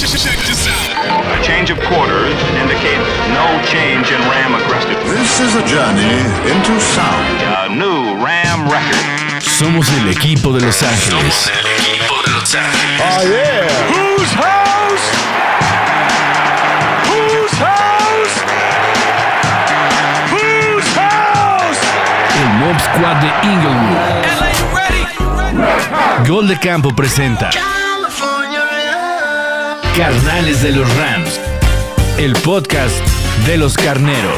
Check this out. A change of quarters indicates no change in Ram aggressiveness. This is a journey into sound. A new Ram record. Somos el equipo de Los Ángeles. Oh, yeah. Whose house? Whose house? Whose house? El Mob Squad de Inglewood. Gol de Campo presenta Carnales de los Rams, el podcast de los carneros.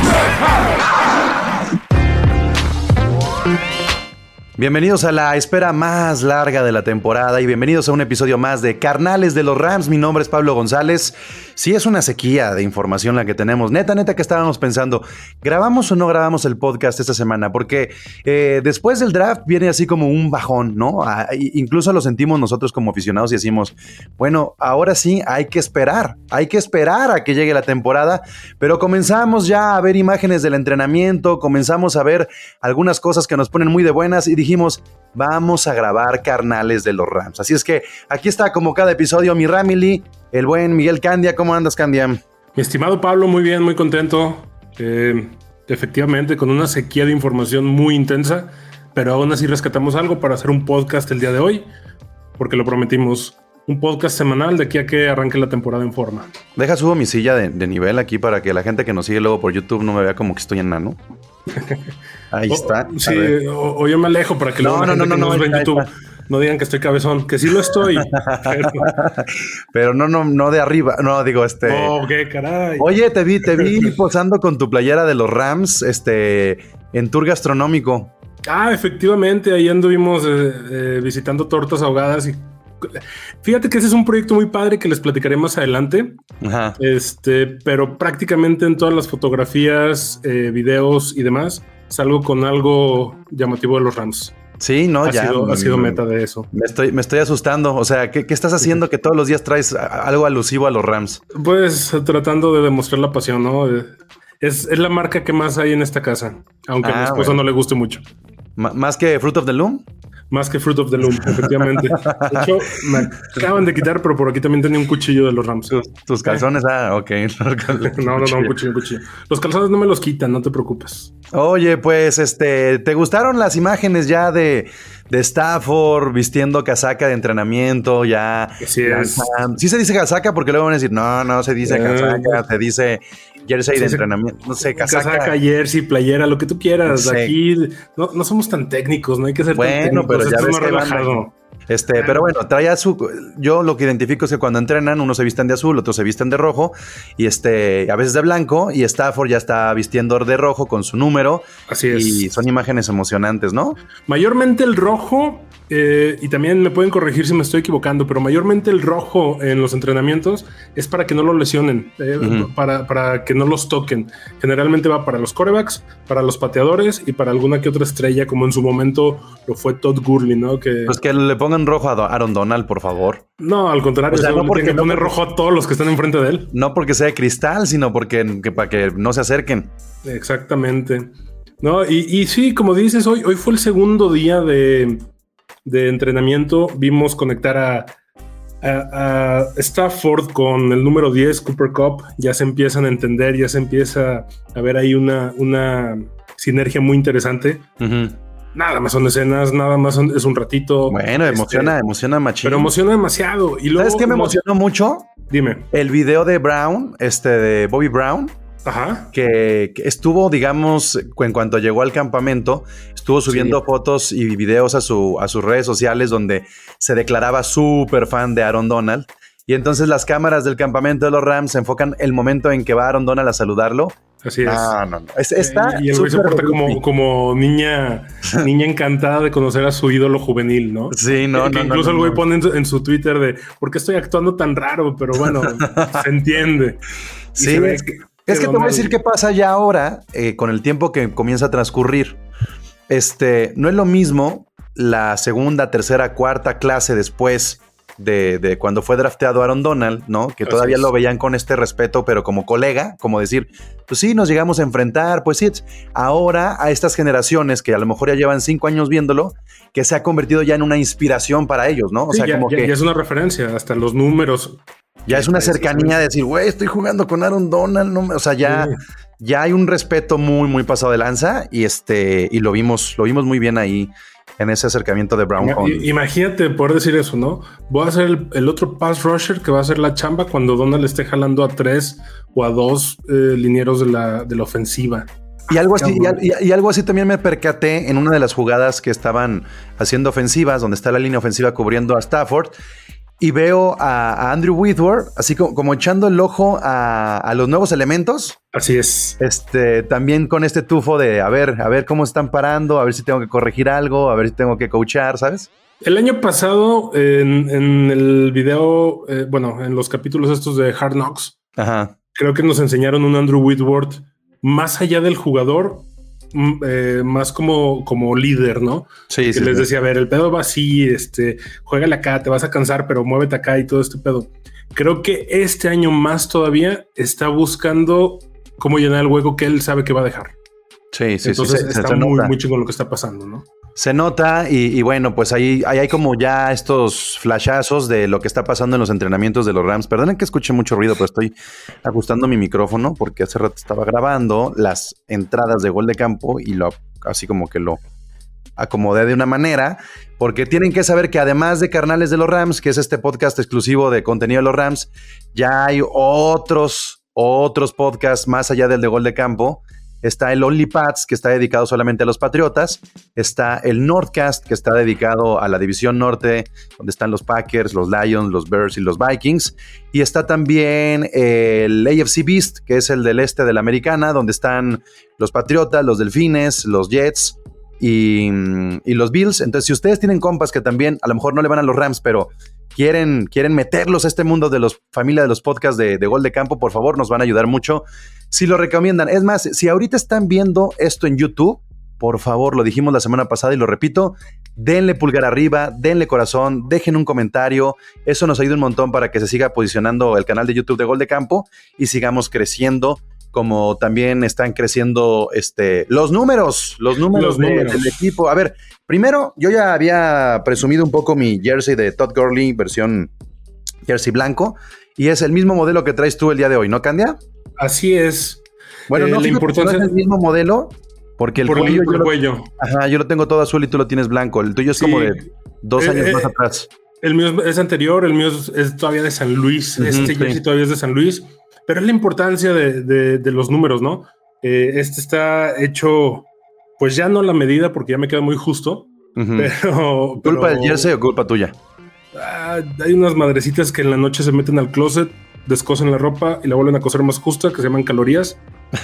Bienvenidos a la espera más larga de la temporada y bienvenidos a un episodio más de Carnales de los Rams. Mi nombre es Pablo González. Sí, es una sequía de información la que tenemos. Neta que estábamos pensando, ¿grabamos o no grabamos el podcast esta semana? Porque después del draft viene así como un bajón, ¿no? Incluso lo sentimos nosotros como aficionados y decimos, bueno, ahora sí hay que esperar a que llegue la temporada, pero comenzamos ya a ver imágenes del entrenamiento, comenzamos a ver algunas cosas que nos ponen muy de buenas y dijimos, vamos a grabar Carnales de los Rams. Así es que aquí está como cada episodio mi Ramily, el buen Miguel Candia. ¿Cómo andas, Candia? Mi estimado Pablo, muy bien, muy contento. Efectivamente, con una sequía de información muy intensa, pero aún así rescatamos algo para hacer un podcast el día de hoy, porque lo prometimos. Un podcast semanal de aquí a que arranque la temporada en forma. Subo mi silla de nivel aquí para que la gente que nos sigue luego por YouTube no me vea como que estoy enano. Ahí está. Sí, o yo me alejo para que luego la gente que nos ve en YouTube no digan que estoy cabezón, que sí lo estoy. Pero no de arriba. No, digo Oh, qué caray. Oye, te vi posando con tu playera de los Rams, en tour gastronómico. Efectivamente, ahí anduvimos visitando tortas ahogadas y fíjate que ese es un proyecto muy padre que les platicaré más adelante. Ajá. Pero prácticamente en todas las fotografías, videos y demás, salgo con algo llamativo de los Rams. Sí, no, ha sido meta de eso. Me estoy asustando. O sea, ¿qué estás haciendo que todos los días traes algo alusivo a los Rams? Pues tratando de demostrar la pasión, ¿no? Es la marca que más hay en esta casa, aunque a mi esposa no le guste mucho. ¿Más que Fruit of the Loom? Más que Fruit of the Loom, efectivamente. De hecho, me acaban de quitar, pero por aquí también tenía un cuchillo de los Rams. ¿Tus calzones? Ok. No, un cuchillo. Los calzones no me los quitan, no te preocupes. Oye, pues, ¿te gustaron las imágenes ya de Stafford vistiendo casaca de entrenamiento? Ya. Así es. Sí se dice casaca porque luego van a decir, no se dice casaca, se dice jersey de entrenamiento. No sé, casaca, jersey, playera, lo que tú quieras. Sí. Aquí no somos tan técnicos, no hay que ser tan técnicos. Pero ya ves más relajado. Pero bueno, yo lo que identifico es que cuando entrenan, unos se visten de azul, otros se visten de rojo, y a veces de blanco, y Stafford ya está vistiendo de rojo con su número. Así es. Y son imágenes emocionantes, ¿no? Mayormente el rojo, y también me pueden corregir si me estoy equivocando, pero mayormente el rojo en los entrenamientos es para que no lo lesionen, para que no los toquen. Generalmente va para los quarterbacks, para los pateadores y para alguna que otra estrella, como en su momento lo fue Todd Gurley, ¿no? Pues que le pongan rojo a Aaron Donald, por favor. No, al contrario, o sea, no porque tiene que poner rojo a todos los que están enfrente de él. No porque sea de cristal, sino porque para que no se acerquen. Exactamente. No, y sí, como dices, hoy fue el segundo día de entrenamiento. Vimos conectar a Stafford con el número 10, Cooper Kupp. Ya se empiezan a entender, ya se empieza a ver ahí una sinergia muy interesante. Nada más son escenas, es un ratito. Bueno, emociona machín. Pero emociona demasiado. Y luego, ¿sabes qué me emocionó mucho? Dime. El video de Brown, de Bobby Brown. Ajá. Que estuvo, digamos, en cuanto llegó al campamento, estuvo subiendo fotos y videos a sus redes sociales donde se declaraba súper fan de Aaron Donald. Y entonces las cámaras del campamento de los Rams se enfocan el momento en que va Aaron Donald a saludarlo. Así es. No. Está y el güey se porta como niña encantada de conocer a su ídolo juvenil, ¿no? Sí, incluso el güey pone en su Twitter de ¿por qué estoy actuando tan raro? Pero bueno, se entiende. Sí, es que te voy a decir qué pasa ya ahora, con el tiempo que comienza a transcurrir. No es lo mismo la segunda, tercera, cuarta clase después de cuando fue drafteado Aaron Donald, ¿no? Que todavía lo veían con este respeto, pero como colega, como decir, pues sí, nos llegamos a enfrentar, pues sí. Ahora a estas generaciones que a lo mejor ya llevan 5 años viéndolo, que se ha convertido ya en una inspiración para ellos, ¿no? O sí, sea, ya es una referencia, hasta los números. Ya es una cercanía de decir, güey, estoy jugando con Aaron Donald. No, o sea, ya hay un respeto muy, muy pasado de lanza y lo vimos muy bien ahí en ese acercamiento de Brown. Imagínate poder decir eso, ¿no? Voy a hacer el otro pass rusher que va a hacer la chamba cuando Donald esté jalando a 3 o a 2 linieros de la ofensiva. Y algo así, y algo así también me percaté en una de las jugadas que estaban haciendo ofensivas, donde está la línea ofensiva cubriendo a Stafford, y veo a Andrew Whitworth así como echando el ojo a los nuevos elementos. Así es. También con este tufo de a ver cómo están parando, a ver si tengo que corregir algo, a ver si tengo que coachar, ¿sabes? El año pasado, en el video, en los capítulos estos de Hard Knocks, creo que nos enseñaron un Andrew Whitworth más allá del jugador, más como líder, ¿no? Sí, que les decía, a ver, el pedo va así, juégale acá, te vas a cansar, pero muévete acá y todo este pedo. Creo que este año más todavía está buscando cómo llenar el hueco que él sabe que va a dejar. Sí. Entonces está muy chingón lo que está pasando, ¿no? Se nota y bueno, pues ahí hay como ya estos flashazos de lo que está pasando en los entrenamientos de los Rams. Perdonen que escuche mucho ruido, pero estoy ajustando mi micrófono porque hace rato estaba grabando las entradas de gol de campo y así como que lo acomodé de una manera, porque tienen que saber que además de Carnales de los Rams, que es este podcast exclusivo de contenido de los Rams, ya hay otros podcasts más allá del de gol de campo. Está el Only Pats, que está dedicado solamente a los Patriotas. Está el Northcast, que está dedicado a la división norte, donde están los Packers, los Lions, los Bears y los Vikings. Y está también el AFC Beast, que es el del este de la Americana, donde están los Patriotas, los Delfines, los Jets y los Bills. Entonces, si ustedes tienen compas que también a lo mejor no le van a los Rams, pero quieren meterlos a este mundo de los familia de los podcasts de gol de campo, por favor, nos van a ayudar mucho si lo recomiendan. Es más, si ahorita están viendo esto en YouTube, por favor, lo dijimos la semana pasada y lo repito, denle pulgar arriba, denle corazón, dejen un comentario. Eso nos ayuda un montón para que se siga posicionando el canal de YouTube de Gol de Campo y sigamos creciendo, como también están creciendo los números del equipo. A ver, primero, yo ya había presumido un poco mi jersey de Todd Gurley, versión jersey blanco, y es el mismo modelo que traes tú el día de hoy, ¿no, Candia? Así es. Bueno, no, la importancia no es el mismo modelo, porque el cuello. Ajá, yo lo tengo todo azul y tú lo tienes blanco. El tuyo es como de 2 años más atrás. El mío es anterior, el mío es todavía de San Luis. Jersey todavía es de San Luis. Pero es la importancia de los números, ¿no? Está hecho, pues ya no la medida, porque ya me queda muy justo. Pero ¿culpa del jersey o culpa tuya? Hay unas madrecitas que en la noche se meten al closet, descosen la ropa y la vuelven a coser más justa, que se llaman calorías.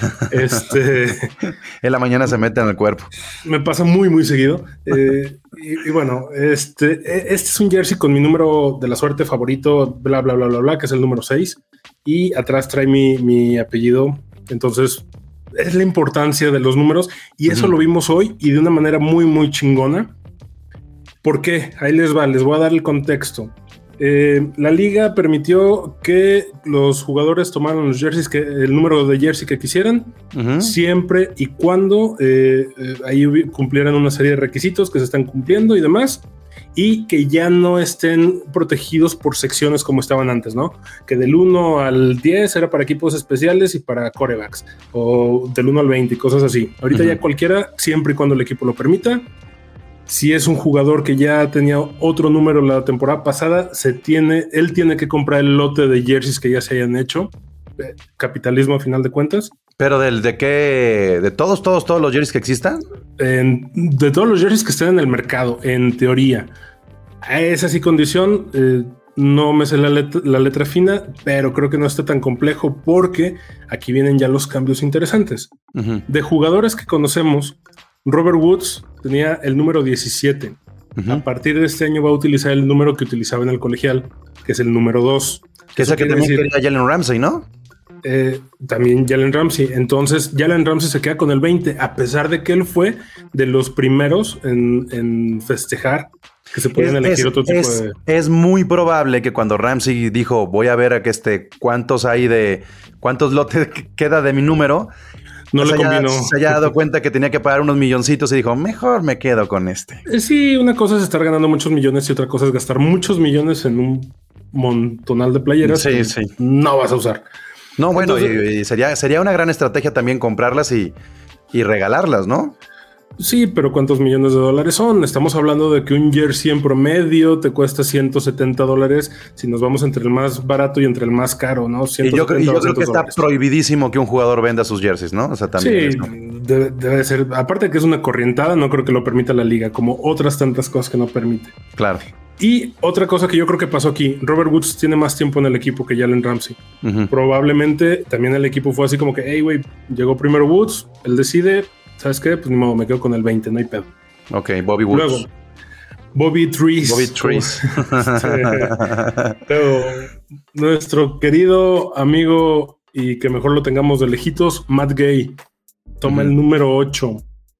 En la mañana se meten al cuerpo. Me pasa muy, muy seguido. Y bueno, este es un jersey con mi número de la suerte favorito, bla, bla, bla, bla, bla, que es el número 6. Y atrás trae mi apellido. Entonces, es la importancia de los números. Y eso lo vimos hoy y de una manera muy, muy chingona. ¿Por qué? Ahí les voy a dar el contexto. La liga permitió que los jugadores tomaran los jerseys, el número de jersey que quisieran, siempre y cuando ahí cumplieran una serie de requisitos que se están cumpliendo y demás, y que ya no estén protegidos por secciones como estaban antes, ¿no? Que del 1 al 10 era para equipos especiales y para quarterbacks, o del 1 al 20 y cosas así. Ahorita ya cualquiera, siempre y cuando el equipo lo permita. Si es un jugador que ya tenía otro número la temporada pasada, él tiene que comprar el lote de jerseys que ya se hayan hecho. Capitalismo a final de cuentas. ¿Pero de qué? ¿De todos los jerseys que existan? De todos los jerseys que estén en el mercado, en teoría. Es así condición. No me sé la letra fina, pero creo que no está tan complejo porque aquí vienen ya los cambios interesantes. De jugadores que conocemos, Robert Woods tenía el número 17. A partir de este año va a utilizar el número que utilizaba en el colegial, que es el número 2. Que es el que también quería Jalen Ramsey, ¿no? También Jalen Ramsey. Entonces Jalen Ramsey se queda con el 20, a pesar de que él fue de los primeros en festejar que se podían elegir otro tipo de... Es muy probable que cuando Ramsey dijo, voy a ver a cuántos lotes queda de mi número, no le combinó. Se haya dado cuenta que tenía que pagar unos milloncitos y dijo, mejor me quedo con este. Sí, una cosa es estar ganando muchos millones y otra cosa es gastar muchos millones en montonal de playeras Sí, sí. no vas a usar. No, bueno, Entonces, y no vas a usar. no, bueno, Entonces, y sería una gran estrategia también comprarlas y regalarlas, ¿no? sí, pero ¿cuántos millones de dólares son? Estamos hablando de que un jersey en promedio te cuesta $170 si nos vamos entre el más barato y entre el más caro, ¿no? Y yo creo que está prohibidísimo que un jugador venda sus jerseys, ¿no? O sea, también. Sí, debe ser. Aparte de que es una corrientada, no creo que lo permita la liga, como otras tantas cosas que no permite. Claro. Y otra cosa que yo creo que pasó aquí, Robert Woods tiene más tiempo en el equipo que Jalen Ramsey. Uh-huh. Probablemente también el equipo fue así como que, hey, güey, llegó primero Woods, él decide, ¿sabes qué? Pues ni modo, me quedo con el 20, no hay pedo. Ok, Bobby Woods. Luego, Bobby Trees. Pero nuestro querido amigo y que mejor lo tengamos de lejitos, Matt Gay, toma el número 8.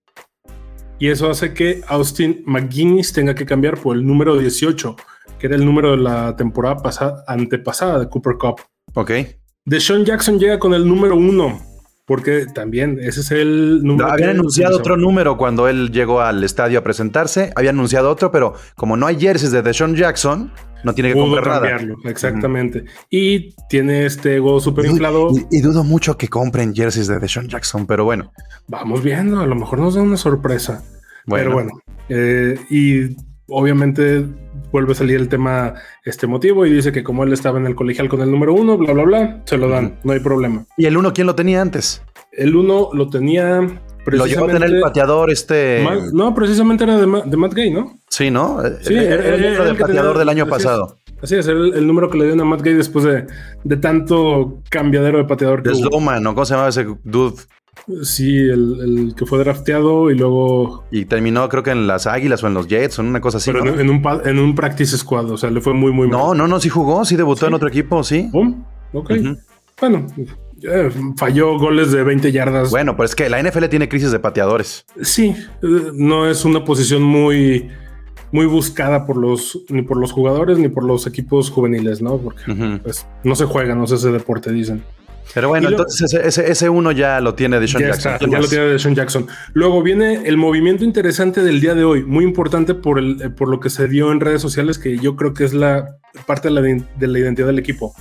Y eso hace que Austin McGuinness tenga que cambiar por el número 18, que era el número de la temporada antepasada de Cooper Kupp. Ok. DeSean Jackson llega con el número 1, porque también ese es el número. Habían anunciado otro número cuando él llegó al estadio a presentarse. Había anunciado otro, pero como no hay jerseys de DeSean Jackson, no tiene que comprar cambiarlo, nada. Exactamente. Y tiene este ego súper inflado. Y dudo mucho que compren jerseys de DeSean Jackson, pero bueno. Vamos viendo, a lo mejor nos da una sorpresa. Bueno. Pero bueno, y obviamente vuelve a salir el tema motivo y dice que como él estaba en el colegial con el número 1, bla, bla, bla, se lo dan, no hay problema. ¿Y el 1 quién lo tenía antes? El 1 lo tenía precisamente... Lo llegó a tener el pateador No, precisamente era de Matt Gay, ¿no? Sí, ¿no? Sí, era el pateador del año pasado. Así es, el número que le dieron a Matt Gay después de tanto cambiadero de pateador. De Slowman, ¿no? ¿Cómo se llamaba ese dude? Sí, el que fue drafteado y luego... Y terminó creo que en las Águilas o en los Jets o en una cosa así, pero ¿no? en un practice squad, o sea, le fue muy mal. No, sí jugó, sí debutó en otro equipo, sí. Ok. Bueno, falló goles de 20 yardas. Bueno, pero es que la NFL tiene crisis de pateadores. Sí, no es una posición muy buscada ni por los jugadores ni por los equipos juveniles, ¿no? Porque pues, no se juega, no se hace deporte, dicen. Pero bueno, entonces ese uno ya lo tiene DeSean Jackson. Ya lo tiene DeSean Jackson. Luego viene el movimiento interesante del día de hoy, muy importante por lo que se dio en redes sociales, que yo creo que es la parte de la identidad del equipo.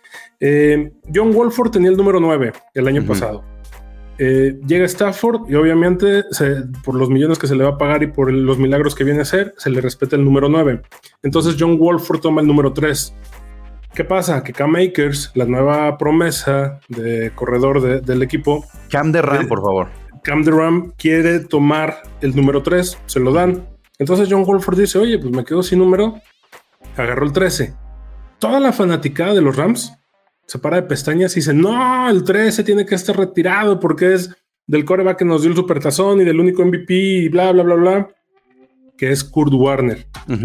John Wolford tenía el número 9 el año pasado. Llega Stafford y obviamente por los millones que se le va a pagar y por los milagros que viene a hacer, se le respeta el número 9. Entonces John Wolford toma el número 3. ¿Qué pasa? Que Cam Akers, la nueva promesa de corredor del equipo... Cam de Ram, por favor. Cam de Ram quiere tomar el número 3, se lo dan. Entonces John Wolford dice, oye, pues me quedo sin número. Agarró el 13. Toda la fanaticada de los Rams se para de pestañas y dice, no, el 13 tiene que estar retirado porque es del quarterback que nos dio el supertazón y del único MVP y bla, bla, bla, bla, que es Kurt Warner.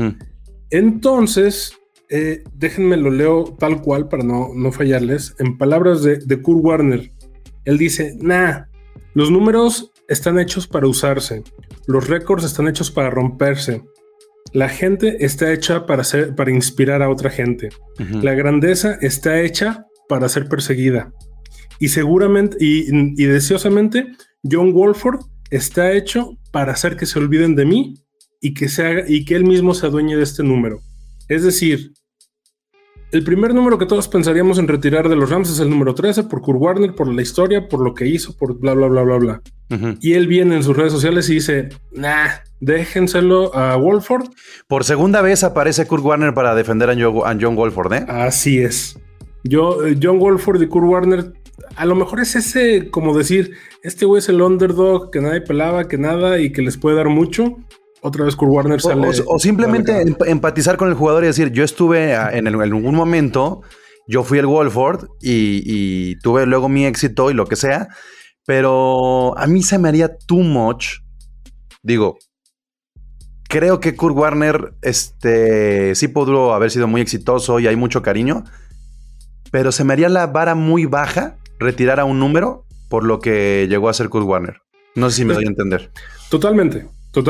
Entonces... déjenme lo leo tal cual para no fallarles. En palabras de Kurt Warner, él dice, los números están hechos para usarse, los récords están hechos para romperse, la gente está hecha para inspirar a otra gente, la grandeza está hecha para ser perseguida y seguramente y deseosamente John Wolford está hecho para hacer que se olviden de mí y que él mismo se adueñe de este número. Es decir, el primer número que todos pensaríamos en retirar de los Rams es el número 13 por Kurt Warner, por la historia, por lo que hizo, por bla, bla, bla, bla, bla. Y él viene en sus redes sociales y dice, déjenselo a Wolford. Por segunda vez aparece Kurt Warner para defender a John Wolford, ¿eh? Así es. John Wolford y Kurt Warner, a lo mejor es ese, como decir, este güey es el underdog que nadie pelaba, que nada y que les puede dar mucho. Otra vez Kurt Warner sale... O simplemente empatizar con el jugador y decir, yo estuve en algún momento, yo fui el Wolford y tuve luego mi éxito y lo que sea, pero a mí se me haría too much. Digo, creo que Kurt Warner sí pudo haber sido muy exitoso y hay mucho cariño, pero se me haría la vara muy baja retirar a un número por lo que llegó a ser Kurt Warner. No sé si me doy a entender. Totalmente,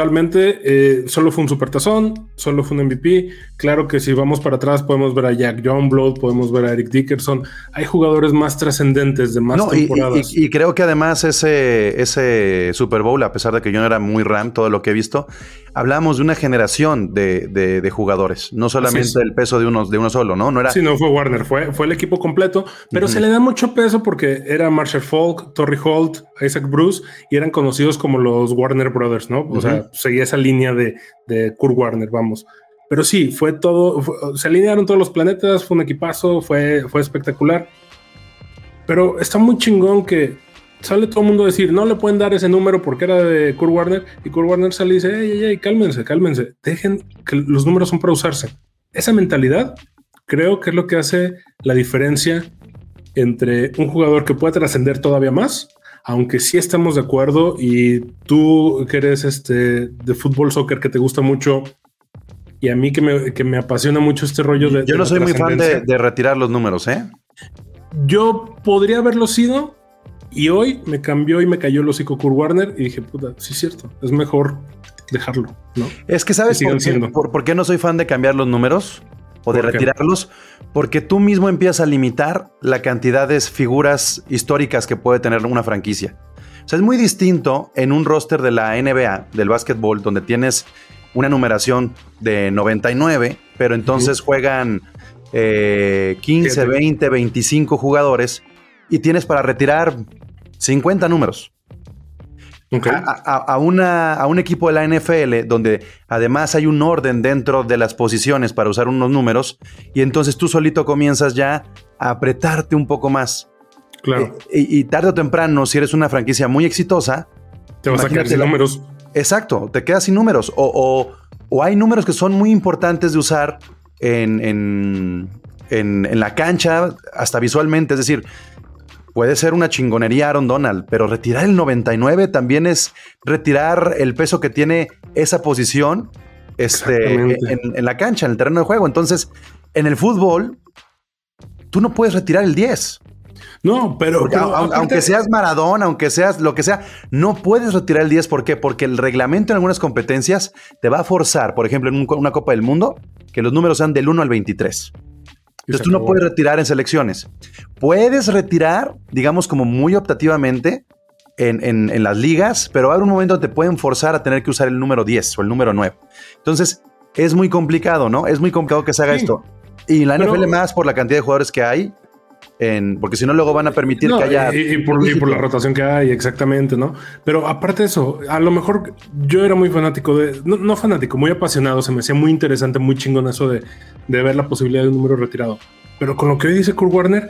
solo fue un supertazón, solo fue un MVP. Claro que si vamos para atrás podemos ver a Jack Youngblood, podemos ver a Eric Dickerson. Hay jugadores más trascendentes de más temporadas. Y creo que además ese Super Bowl, a pesar de que yo no era muy Ram, todo lo que he visto, hablamos de una generación de jugadores, no solamente el peso de uno solo, ¿no? No era. Sí, no fue Warner, fue el equipo completo, pero se le da mucho peso porque era Marshall Faulk, Torrey Holt, Isaac Bruce y eran conocidos como los Warner Brothers, ¿no? O sea, seguía esa línea de Kurt Warner, vamos. Pero sí, fue todo, se alinearon todos los planetas, fue un equipazo, fue espectacular. Pero está muy chingón que sale todo el mundo a decir, no le pueden dar ese número porque era de Kurt Warner, y Kurt Warner sale y dice, ey, cálmense, dejen que los números son para usarse. Esa mentalidad creo que es lo que hace la diferencia entre un jugador que puede trascender todavía más, aunque sí estamos de acuerdo, y tú que eres de fútbol, soccer, que te gusta mucho, y a mí que me apasiona mucho este rollo de... Yo no soy muy fan de retirar los números, ¿eh? Yo podría haberlo sido, y hoy me cambió y me cayó el hocico Kurt Warner y dije, puta, sí es cierto, es mejor dejarlo, ¿no? Es que ¿sabes por qué no soy fan de cambiar los números o de retirarlos? Porque tú mismo empiezas a limitar la cantidad de figuras históricas que puede tener una franquicia. O sea, es muy distinto en un roster de la NBA, del básquetbol, donde tienes una numeración de 99, pero entonces juegan 15, 20, 25 jugadores y tienes para retirar 50 números. Okay. A un equipo de la NFL donde además hay un orden dentro de las posiciones para usar unos números y entonces tú solito comienzas ya a apretarte un poco más. Claro. Y tarde o temprano, si eres una franquicia muy exitosa, te vas a quedar sin números. Exacto, te quedas sin números. O hay números que son muy importantes de usar en la cancha, hasta visualmente. Es decir, puede ser una chingonería Aaron Donald, pero retirar el 99 también es retirar el peso que tiene esa posición en la cancha, en el terreno de juego. Entonces, en el fútbol, tú no puedes retirar el 10. No, pero aunque seas Maradona, aunque seas lo que sea, no puedes retirar el 10. ¿Por qué? Porque el reglamento en algunas competencias te va a forzar, por ejemplo, en una Copa del Mundo, que los números sean del 1 al 23. Entonces tú no puedes retirar en selecciones. Puedes retirar, digamos, como muy optativamente en las ligas, pero va a haber un momento donde te pueden forzar a tener que usar el número 10 o el número 9. Entonces es muy complicado, ¿no? Es muy complicado que se haga esto. Y la NFL más por la cantidad de jugadores que hay, porque si no luego van a permitir que haya... Y por la rotación que hay, exactamente, ¿no? Pero aparte de eso, a lo mejor yo era muy fanático no fanático, muy apasionado, se me hacía muy interesante, muy chingón eso de ver la posibilidad de un número retirado. Pero con lo que hoy dice Kurt Warner,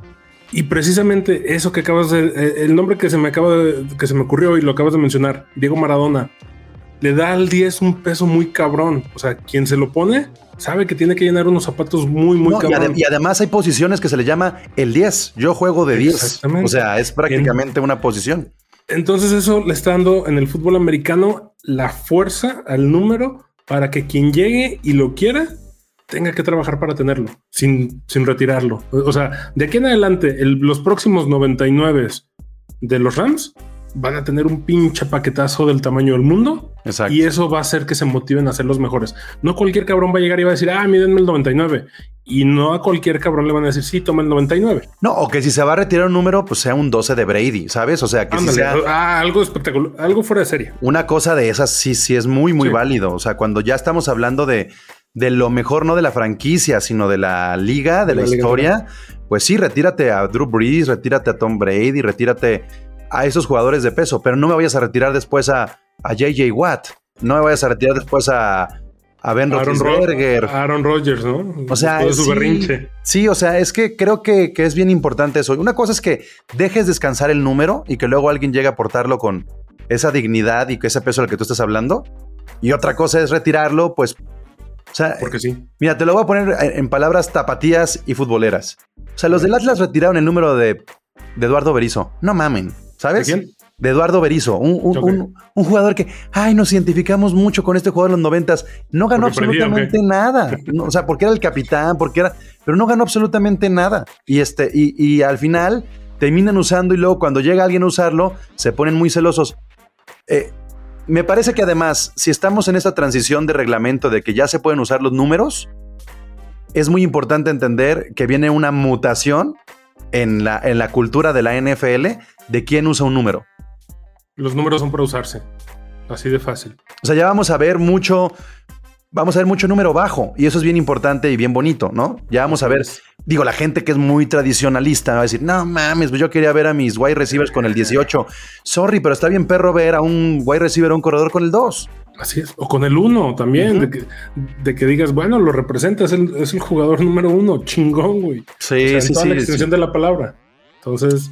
y precisamente eso que acabas de... el nombre que se me ocurrió y lo acabas de mencionar, Diego Maradona, le da al 10 un peso muy cabrón. O sea, quien se lo pone sabe que tiene que llenar unos zapatos muy cabrón. Y además hay posiciones que se le llama el 10. Yo juego de 10. O sea, es prácticamente una posición. Entonces eso le está dando en el fútbol americano la fuerza al número para que quien llegue y lo quiera tenga que trabajar para tenerlo, sin retirarlo. O sea, de aquí en adelante, los próximos 99 de los Rams van a tener un pinche paquetazo del tamaño del mundo. Exacto. Y eso va a hacer que se motiven a ser los mejores. No cualquier cabrón va a llegar y va a decir, mídenme el 99. Y no a cualquier cabrón le van a decir, sí, toma el 99. No, o que si se va a retirar un número, pues sea un 12 de Brady, ¿sabes? O sea, que ándale, si sea... algo espectacular, algo fuera de serie. Una cosa de esas sí es muy válido. O sea, cuando ya estamos hablando de lo mejor, no de la franquicia, sino de la liga, de la historia, pues sí, retírate a Drew Brees, retírate a Tom Brady, retírate a esos jugadores de peso, pero no me vayas a retirar después a J.J. Watt, no me vayas a retirar después a Ben Roethlisberger, Aaron Rodgers, ¿no? O sea, sí, o sea, es que creo que es bien importante eso. Una cosa es que dejes descansar el número y que luego alguien llegue a portarlo con esa dignidad y que ese peso del que tú estás hablando, y otra cosa es retirarlo, pues, o sea, porque sí. Mira, te lo voy a poner en palabras tapatías y futboleras. O sea, los del Atlas retiraron el número de Eduardo Berizzo. No mamen, ¿sabes? ¿De quién? De Eduardo Berizzo, un jugador que, nos identificamos mucho con este jugador en los 90s. No ganó absolutamente nada. No, o sea, porque era el capitán, pero no ganó absolutamente nada. Y al final terminan usando y luego cuando llega alguien a usarlo, se ponen muy celosos. Me parece que además, si estamos en esta transición de reglamento de que ya se pueden usar los números, es muy importante entender que viene una mutación en la cultura de la NFL de quién usa un número. Los números son para usarse. Así de fácil. O sea, ya vamos a ver mucho número bajo y eso es bien importante y bien bonito, ¿no? Ya vamos a ver, digo, la gente que es muy tradicionalista va a decir, no mames, pues yo quería ver a mis wide receivers con el 18. Sorry, pero está bien perro ver a un wide receiver o un corredor con el 2. Así es, o con el 1 también, de que digas, bueno, lo representa, es el jugador número 1, chingón, güey. Sí, o sea, en toda la extensión de la palabra. Entonces,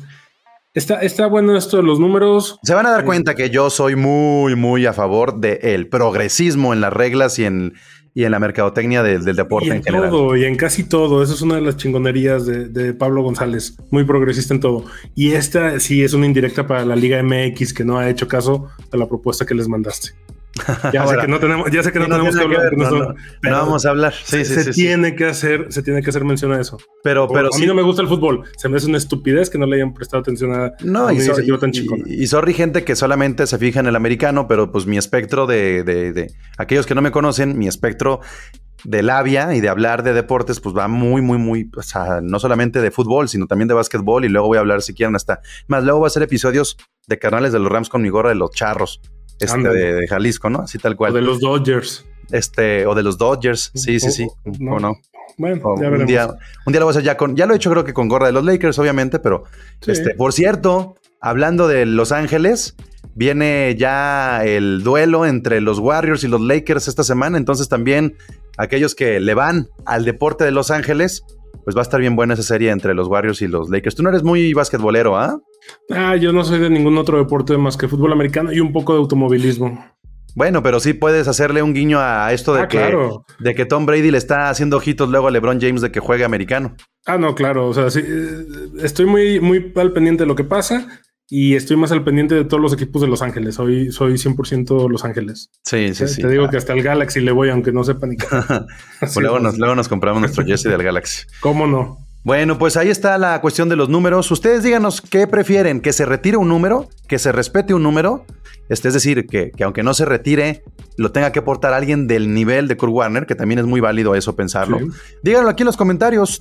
está bueno esto de los números. Se van a dar cuenta que yo soy muy, muy a favor del progresismo en las reglas y en la mercadotecnia del deporte en general. Todo, y en casi todo. Eso es una de las chingonerías de Pablo González. Muy progresista en todo. Y esta sí es una indirecta para la Liga MX que no ha hecho caso a la propuesta que les mandaste. Ya sé que no tenemos que hablar. No vamos a hablar. Sí, se tiene que hacer mención a eso. Pero a mí no me gusta el fútbol. Se me hace una estupidez que no le hayan prestado atención a una iniciativa tan chingona. Y sorry, gente que solamente se fija en el americano, pero pues mi espectro de aquellos que no me conocen, mi espectro de labia y de hablar de deportes, pues va muy, muy, muy, o sea, no solamente de fútbol, sino también de básquetbol. Y luego voy a hablar, si quieren, luego voy a hacer episodios de Carnales de los Rams con mi gorra de los Charros. De Jalisco, ¿no? Así tal cual. O de los Dodgers. O de los Dodgers. Sí. No. ¿O no? Bueno, ya veremos. Un día lo voy a hacer ya lo he hecho creo que con gorra de los Lakers, obviamente, pero sí. Por cierto, hablando de Los Ángeles, viene ya el duelo entre los Warriors y los Lakers esta semana, entonces también aquellos que le van al deporte de Los Ángeles, pues va a estar bien buena esa serie entre los Warriors y los Lakers. Tú no eres muy basquetbolero, ¿ah? Yo no soy de ningún otro deporte más que fútbol americano y un poco de automovilismo. Bueno, pero sí puedes hacerle un guiño a esto de que Tom Brady le está haciendo ojitos luego a LeBron James de que juegue americano. No, claro. O sea, sí, estoy muy, muy al pendiente de lo que pasa y estoy más al pendiente de todos los equipos de Los Ángeles. Soy 100% Los Ángeles. Sí. Te digo que hasta el Galaxy le voy, aunque no sepa ni qué. Pues luego nos compramos nuestro jersey del Galaxy. ¿Cómo no? Bueno, pues ahí está la cuestión de los números. Ustedes díganos qué prefieren, que se retire un número, que se respete un número. Es decir, que aunque no se retire, lo tenga que portar alguien del nivel de Kurt Warner, que también es muy válido eso pensarlo. Sí. Díganlo aquí en los comentarios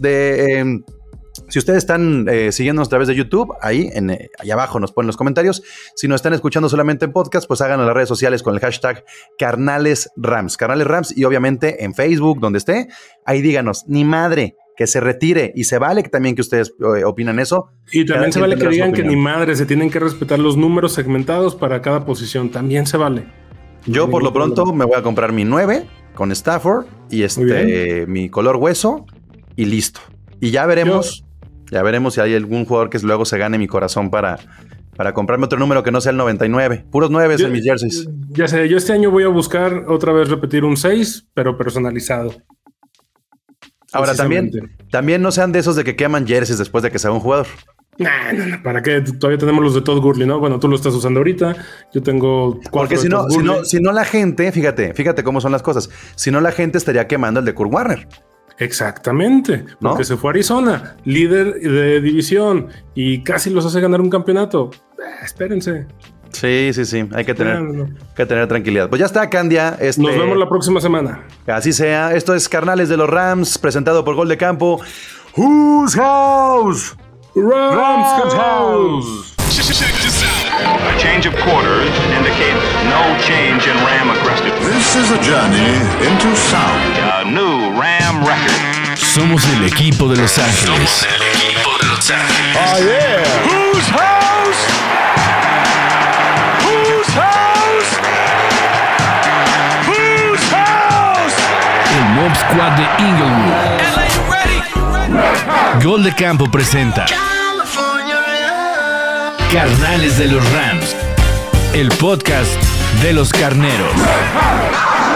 si ustedes están siguiéndonos a través de YouTube, ahí abajo nos ponen los comentarios. Si nos están escuchando solamente en podcast, pues háganlo en las redes sociales con el hashtag CarnalesRams. CarnalesRams y obviamente en Facebook, donde esté, ahí díganos, ni madre, que se retire y se vale que también que ustedes opinan eso. Y también se vale que digan que ni madre, se tienen que respetar los números segmentados para cada posición. También se vale. Yo por lo pronto me voy a comprar mi 9 con Stafford y mi color hueso y listo. Y ya veremos si hay algún jugador que luego se gane mi corazón para comprarme otro número que no sea el 99. Puros 9 en mis jerseys. Ya sé, yo este año voy a buscar otra vez repetir un 6, pero personalizado. Ahora también no sean de esos de que queman jerseys después de que se va un jugador. No, ¿para qué? Todavía tenemos los de Todd Gurley, ¿no? Bueno, tú lo estás usando ahorita. Yo tengo 4. Porque si no la gente, fíjate cómo son las cosas. Si no, la gente estaría quemando el de Kurt Warner. Exactamente, porque se fue a Arizona, líder de división, y casi los hace ganar un campeonato. Espérense. Sí. Hay que tener tranquilidad. Pues ya está, Candia. Nos vemos la próxima semana. Así sea. Esto es Carnales de los Rams, presentado por Gol de Campo. Whose house? Rams house. A change of quarters indicates no change in Ram aggressiveness. This is a journey into sound. A new Ram record. Somos el equipo de Los Ángeles. Oh, yeah. Whose house? Whose house? Whose house? El Mob Squad de Inglewood. Gol de Campo presenta Carnales de los Rams, el podcast de los carneros.